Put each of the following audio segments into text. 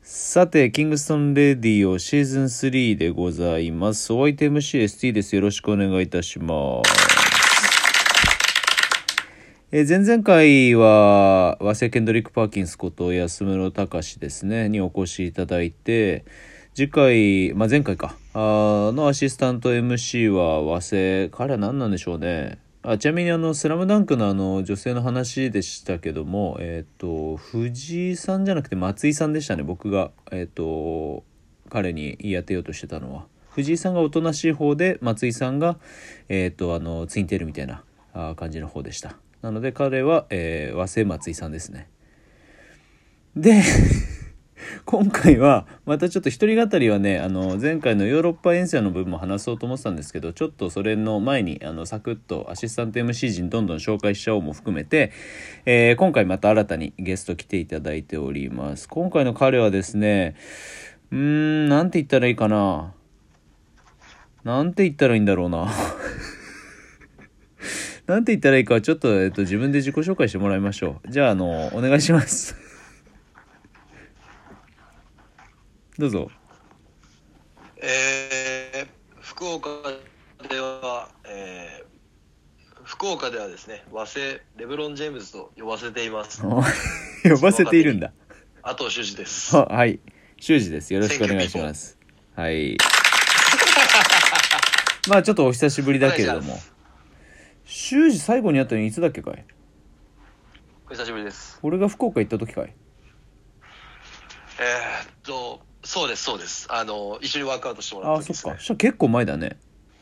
さて、キングストンレディオシーズン3でございます。お相手 MCST です。よろしくお願いいたします。前々回は和製ケンドリック・パーキンスこと安室隆ですねにお越しいただいて、次回、前回かのアシスタント MC は和製、彼は何なんでしょうね。ちなみにスラムダンクの女性の話でしたけども、藤井さんじゃなくて松井さんでしたね。僕が彼に言い当てようとしてたのは、藤井さんがおとなしい方で松井さんがツインテールみたいな感じの方でした。なので彼は、和製松井さんですね。で今回はまたちょっと一人語りはね、前回のヨーロッパ遠征の部分も話そうと思ってたんですけど、ちょっとそれの前にサクッとアシスタント MC 陣どんどん紹介しちゃおうも含めて、今回また新たにゲスト来ていただいております。今回の彼はですね、なんて言ったらいいかな、なんて言ったらいいんだろうななんて言ったらいいかちょっと、自分で自己紹介してもらいましょう。じゃあ、お願いしますどうぞ。 福岡ではですね、和製レブロン・ジェームズと呼ばせています。 呼ばせているんだ。 あと修二です。 はい、修二です。よろしくお願いします。はいちょっとお久しぶりだけれども、修二最後に会ったのいつだっけかい。 お久しぶりです。 俺が福岡行った時かい。 そうです一緒にワークアウトしてもらった時ですね。 そっか、結構前だね。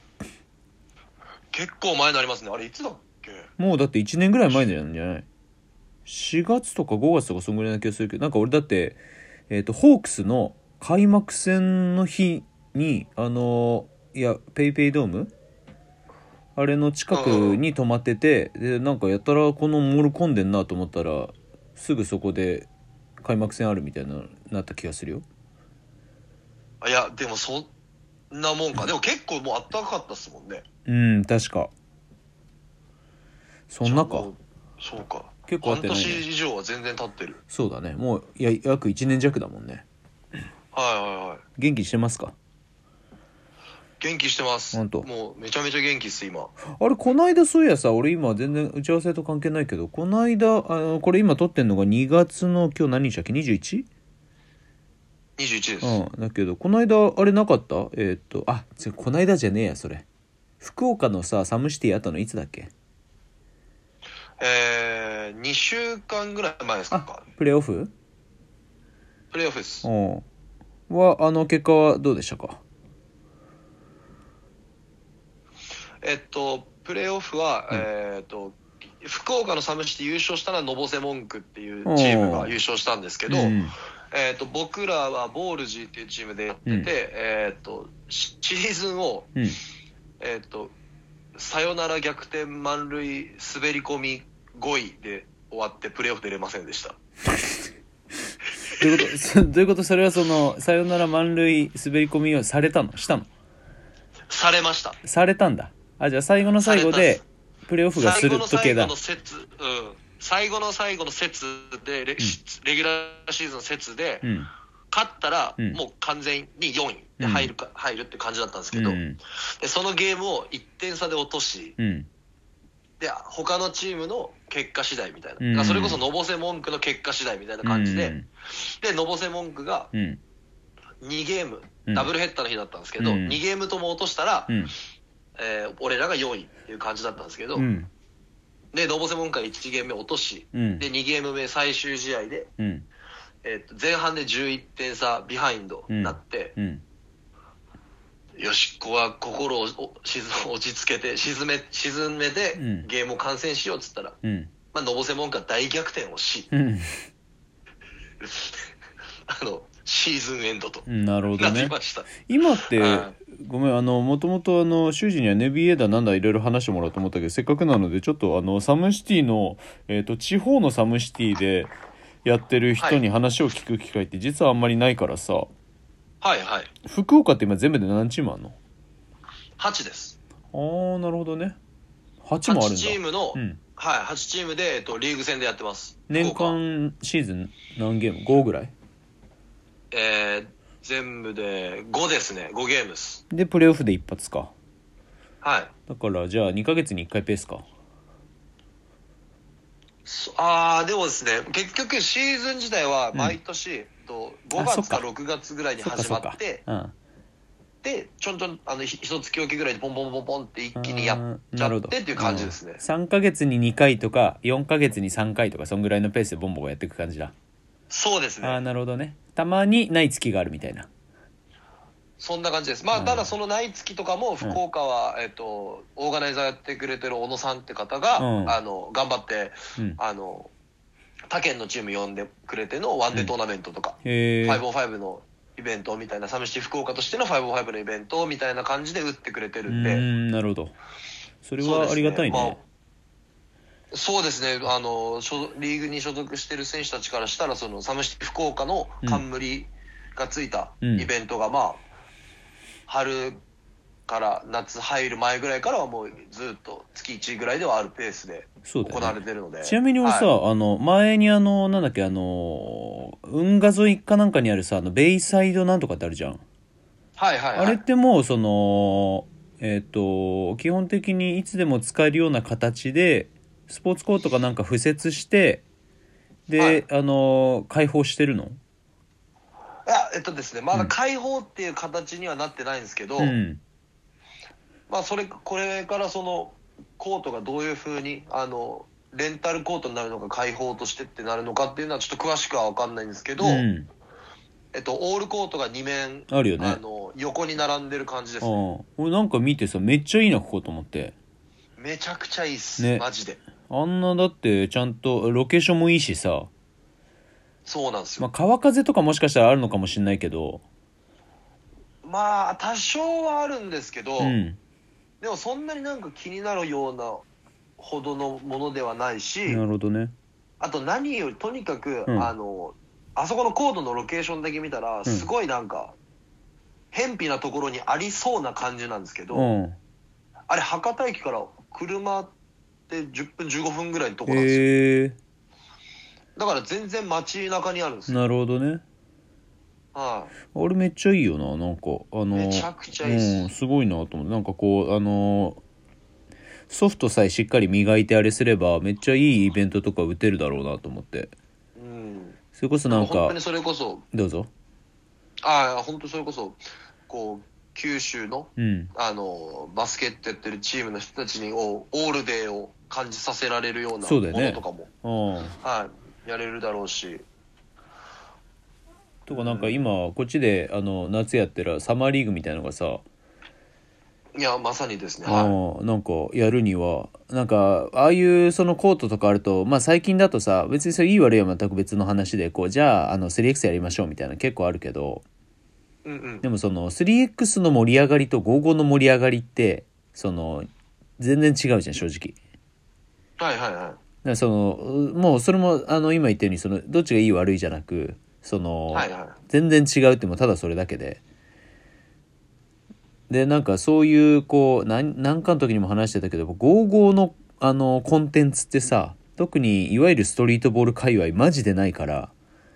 結構前になりますね。あれいつだっけ。 もうだって1年ぐらい前なんじゃない。4月とか5月とかそんぐらいな気がするけど、なんか俺だってホークスの開幕戦の日にペイペイドームあれの近くに泊まってて、でなんかやったらこのモール混んでんなと思ったらすぐそこで開幕戦あるみたいななった気がするよ。 いやでもそんなもんか。でも結構もうあったかかったっすもんね。 確かそんなか。 そうか、 結構あってないね。 半年以上は全然経ってる。 そうだね、もう約1年弱だもんね。 はい。 元気してますか。 元気してます。 本当。 もうめちゃめちゃ元気っす今。 あれこないだそういやさ、俺今全然打ち合わせと関係ないけど、こないだこれ今撮ってんのが2月の今日何日だっけ、 21？ 21です。 だけどこないだあれなかった？こないだじゃねえや、それ福岡のさサムシティあったのいつだっけ。 2週間ぐらい前ですか。 プレーオフです。 は結果はどうでしたか。 プレーオフは、福岡のサムシティ優勝したのはのぼせ文句っていうチームが優勝したんですけど、僕らはボールジーっていうチームでやってて、シーズンを、サヨナラ逆転満塁滑り込み5位で終わってプレーオフ出れませんでした。 どういうこと。それはそのサヨナラ満塁滑り込みをされたのしたの。 されました。 されたんだ。じゃあ最後の最後でプレーオフがする時計だ。 最後の最後の節でレギュラーシーズン節で、勝ったらもう完全に4位で入るって感じだったんですけど、でそのゲームを1点差で落とし、で他のチームの結果次第みたいな、それこそのぼせ文句の結果次第みたいな感じで、でのぼせ文句が2ゲーム、ダブルヘッダーの日だったんですけど、2ゲームとも落としたら、俺らが4位っていう感じだったんですけど、でのぼせ文句が1ゲーム目落とし、で2ゲーム目最終試合で、前半で11点差ビハインドになって、よしここは心を落ち着けて沈めて、ゲームを観戦しようっつったら、のぼせ文句が大逆転をし、シーズンエンドとなりました。 今って、ごめん、もともと修二には NBA だなんだいろいろ話してもらおうと思ったけど、せっかくなのでちょっとサムシティの、地方のサムシティでやってる人に話を聞く機会って実はあんまりないからさ。福岡って今全部で何チームあんの ？8です。 なるほどね。8もあるんだ。8 チームの、8チームで、リーグ戦でやってます。 年間シーズン何ゲーム？ 5 ぐらい全部で5ですね。5ゲームです。 でプレーオフで一発か。 はい。 だからじゃあ2ヶ月に1回ペースか。 でもですね、結局シーズン自体は毎年、5月か6月ぐらいに始まって、でちょんちょん一月おきぐらいでポンポンポンポンって一気にやっちゃってっていう感じですね。 3ヶ月に2回とか4ヶ月に3回とかそんぐらいのペースでボンボンやっていく感じだ。 そうですね。 なるほどね。たまにない月があるみたいな。 そんな感じです。まあただそのない月とかも福岡は、オーガナイザーやってくれてる小野さんって方が、頑張って、他県のチーム呼んでくれてのワンデートーナメントとか、5on5 のイベントみたいな、サムシティ福岡としての 5on5 のイベントみたいな感じで打ってくれてるんで。 なるほど。それはありがたいね。 そうですね。リーグに所属してる選手たちからしたら、そのサムシティ福岡の冠がついたイベントが、まあ春から夏入る前ぐらいからはもうずっと月1ぐらいではあるペースで行われてるので、 ちなみに俺さ、前になんだっけ運河沿いかなんかにあるさベイサイドなんとかってあるじゃん。 はいはいはい。 あれってもうその基本的にいつでも使えるような形でスポーツコートかなんか敷設してで、開放してるの？ いやですね、まだ開放っていう形にはなってないんですけど、まあこれからそのコートがどういう風にレンタルコートになるのか開放としてってなるのかっていうのはちょっと詳しくは分かんないんですけど、オールコートが2面あるよね。 横に並んでる感じですね。 俺なんか見てさめっちゃいいなここと思って。 めちゃくちゃいいっす、ね、マジで。 あんなだってちゃんとロケーションもいいしさ。 そうなんですよ。 まあ川風とかもしかしたらあるのかもしれないけど、 まあ多少はあるんですけど、でもそんなになんか気になるようなほどのものではないし。 なるほどね。 あと何よりとにかく、あそこのコードのロケーションだけ見たらすごいなんか偏僻なところにありそうな感じなんですけど、あれ博多駅から車で10分15分ぐらいのところなんですよ。だから全然街中にあるんですよ。 なるほどね。あれめっちゃいいよな。なんかめちゃくちゃいいっす。 すごいなと思って。なんかこうソフトさえしっかり磨いてあれすればめっちゃいいイベントとか打てるだろうなと思って。それこそなんか本当にそれこそどうぞ。 本当にそれこそこう九州の、バスケットやってるチームの人たちにオールデーを感じさせられるようなものとかも、やれるだろうし。 とかなんか今こっちで夏やってるサマーリーグみたいなのがさ、 いやまさにですね、 なんかやるにはなんかああいうそのコートとかあると、まあ最近だとさ別にそれいい悪いは全く別の話でこうじゃあ3X やりましょうみたいな結構あるけど、でもその 3X の盛り上がりと55の盛り上がりってその全然違うじゃん正直。だからそのもうそれも今言ったようにそのどっちがいい悪いじゃなくその、全然違うってもただそれだけで。でなんかそういうこう何かの時にも話してたけど55のコンテンツってさ特にいわゆるストリートボール界隈マジでないから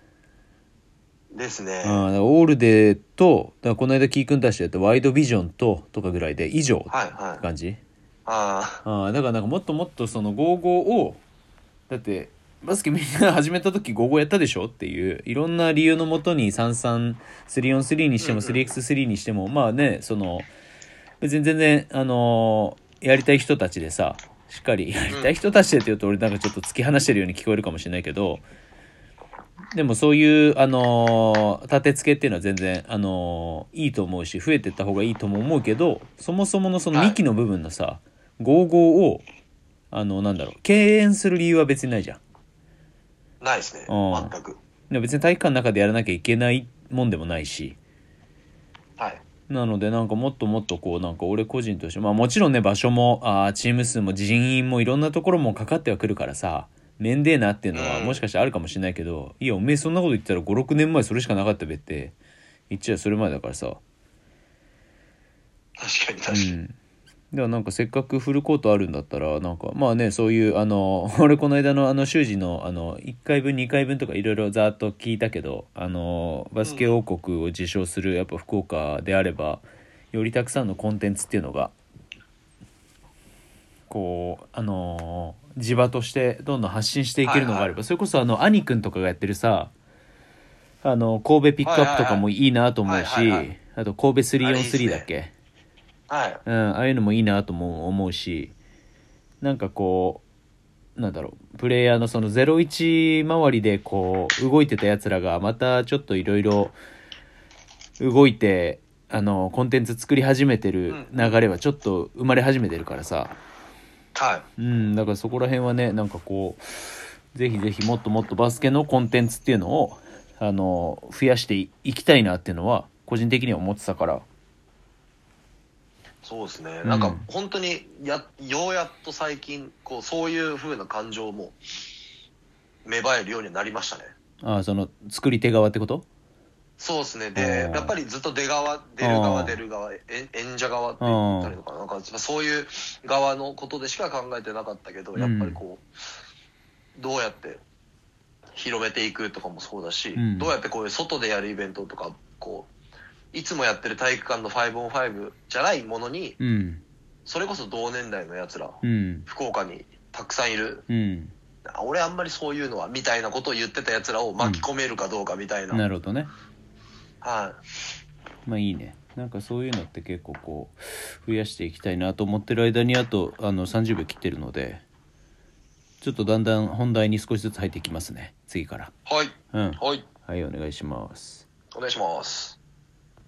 ですね。 オールデーとだからこの間キー君たちでやったワイドビジョンとかぐらいで以上って感じ。だからなんかもっともっとその55をだってバスケみんな始めた時55やったでしょっていういろんな理由のもとに 3-3-3on3 にしても 3x3 にしてもまあねその別に全然やりたい人たちでさしっかりやりたい人たちでって言うと俺なんかちょっと突き放してるように聞こえるかもしれないけどでもそういう立て付けっていうのは全然いいと思うし増えていった方がいいとも思うけどそもそものその幹の部分のさ55をなんだろう敬遠する理由は別にないじゃん。 ないですね、全く。 別に体育館の中でやらなきゃいけないもんでもないし、なのでなんかもっともっとこうなんか俺個人としてもちろんね場所もチーム数も人員もいろんなところもかかってはくるからさめんでえなっていうのはもしかしたらあるかもしれないけど、いやおめえそんなこと言ったら 5,6 年前それしかなかったべって言っちゃそれ前だからさ。 確かに、 ではなんかせっかくフルコートあるんだったらなんかまあね、そういう俺この間の修二の1回分2回分とかいろいろざーっと聞いたけど、バスケ王国を自称するやっぱ福岡であればよりたくさんのコンテンツっていうのがこう地場としてどんどん発信していけるのがあれば、それこそ兄くんとかがやってるさ神戸ピックアップとかもいいなと思うし、あと神戸343だっけ、 はい、 ああいうのもいいなとも思うし、なんかこうなんだろう、プレイヤーのその01周りでこう動いてたやつらがまたちょっといろいろ動いてコンテンツ作り始めてる流れはちょっと生まれ始めてるからさ、 はい、 だからそこら辺はね、なんかこうぜひぜひもっともっとバスケのコンテンツっていうのを増やしていきたいなっていうのは個人的には思ってたから。 そうですね、なんか本当にようやっと最近こうそういう風な感情も芽生えるようになりましたね。 その作り手側ってこと？ そうですね。でやっぱりずっと出る側演者側って言ったりとか、なんかそういう側のことでしか考えてなかったけど、やっぱりこうどうやって広めていくとかもそうだし、どうやってこういう外でやるイベントとかこういつもやってる体育館の 5on5 じゃないものに、それこそ同年代のやつら、福岡にたくさんいる、俺あんまりそういうのはみたいなことを言ってたやつらを巻き込めるかどうかみたいな、 なるほどね。 はい、 まあいいね。なんかそういうのって結構こう増やしていきたいなと思ってる間にあと30秒切ってるので、ちょっとだんだん本題に少しずつ入っていきますね、次から。 はい、 はい、お願いします。 お願いします。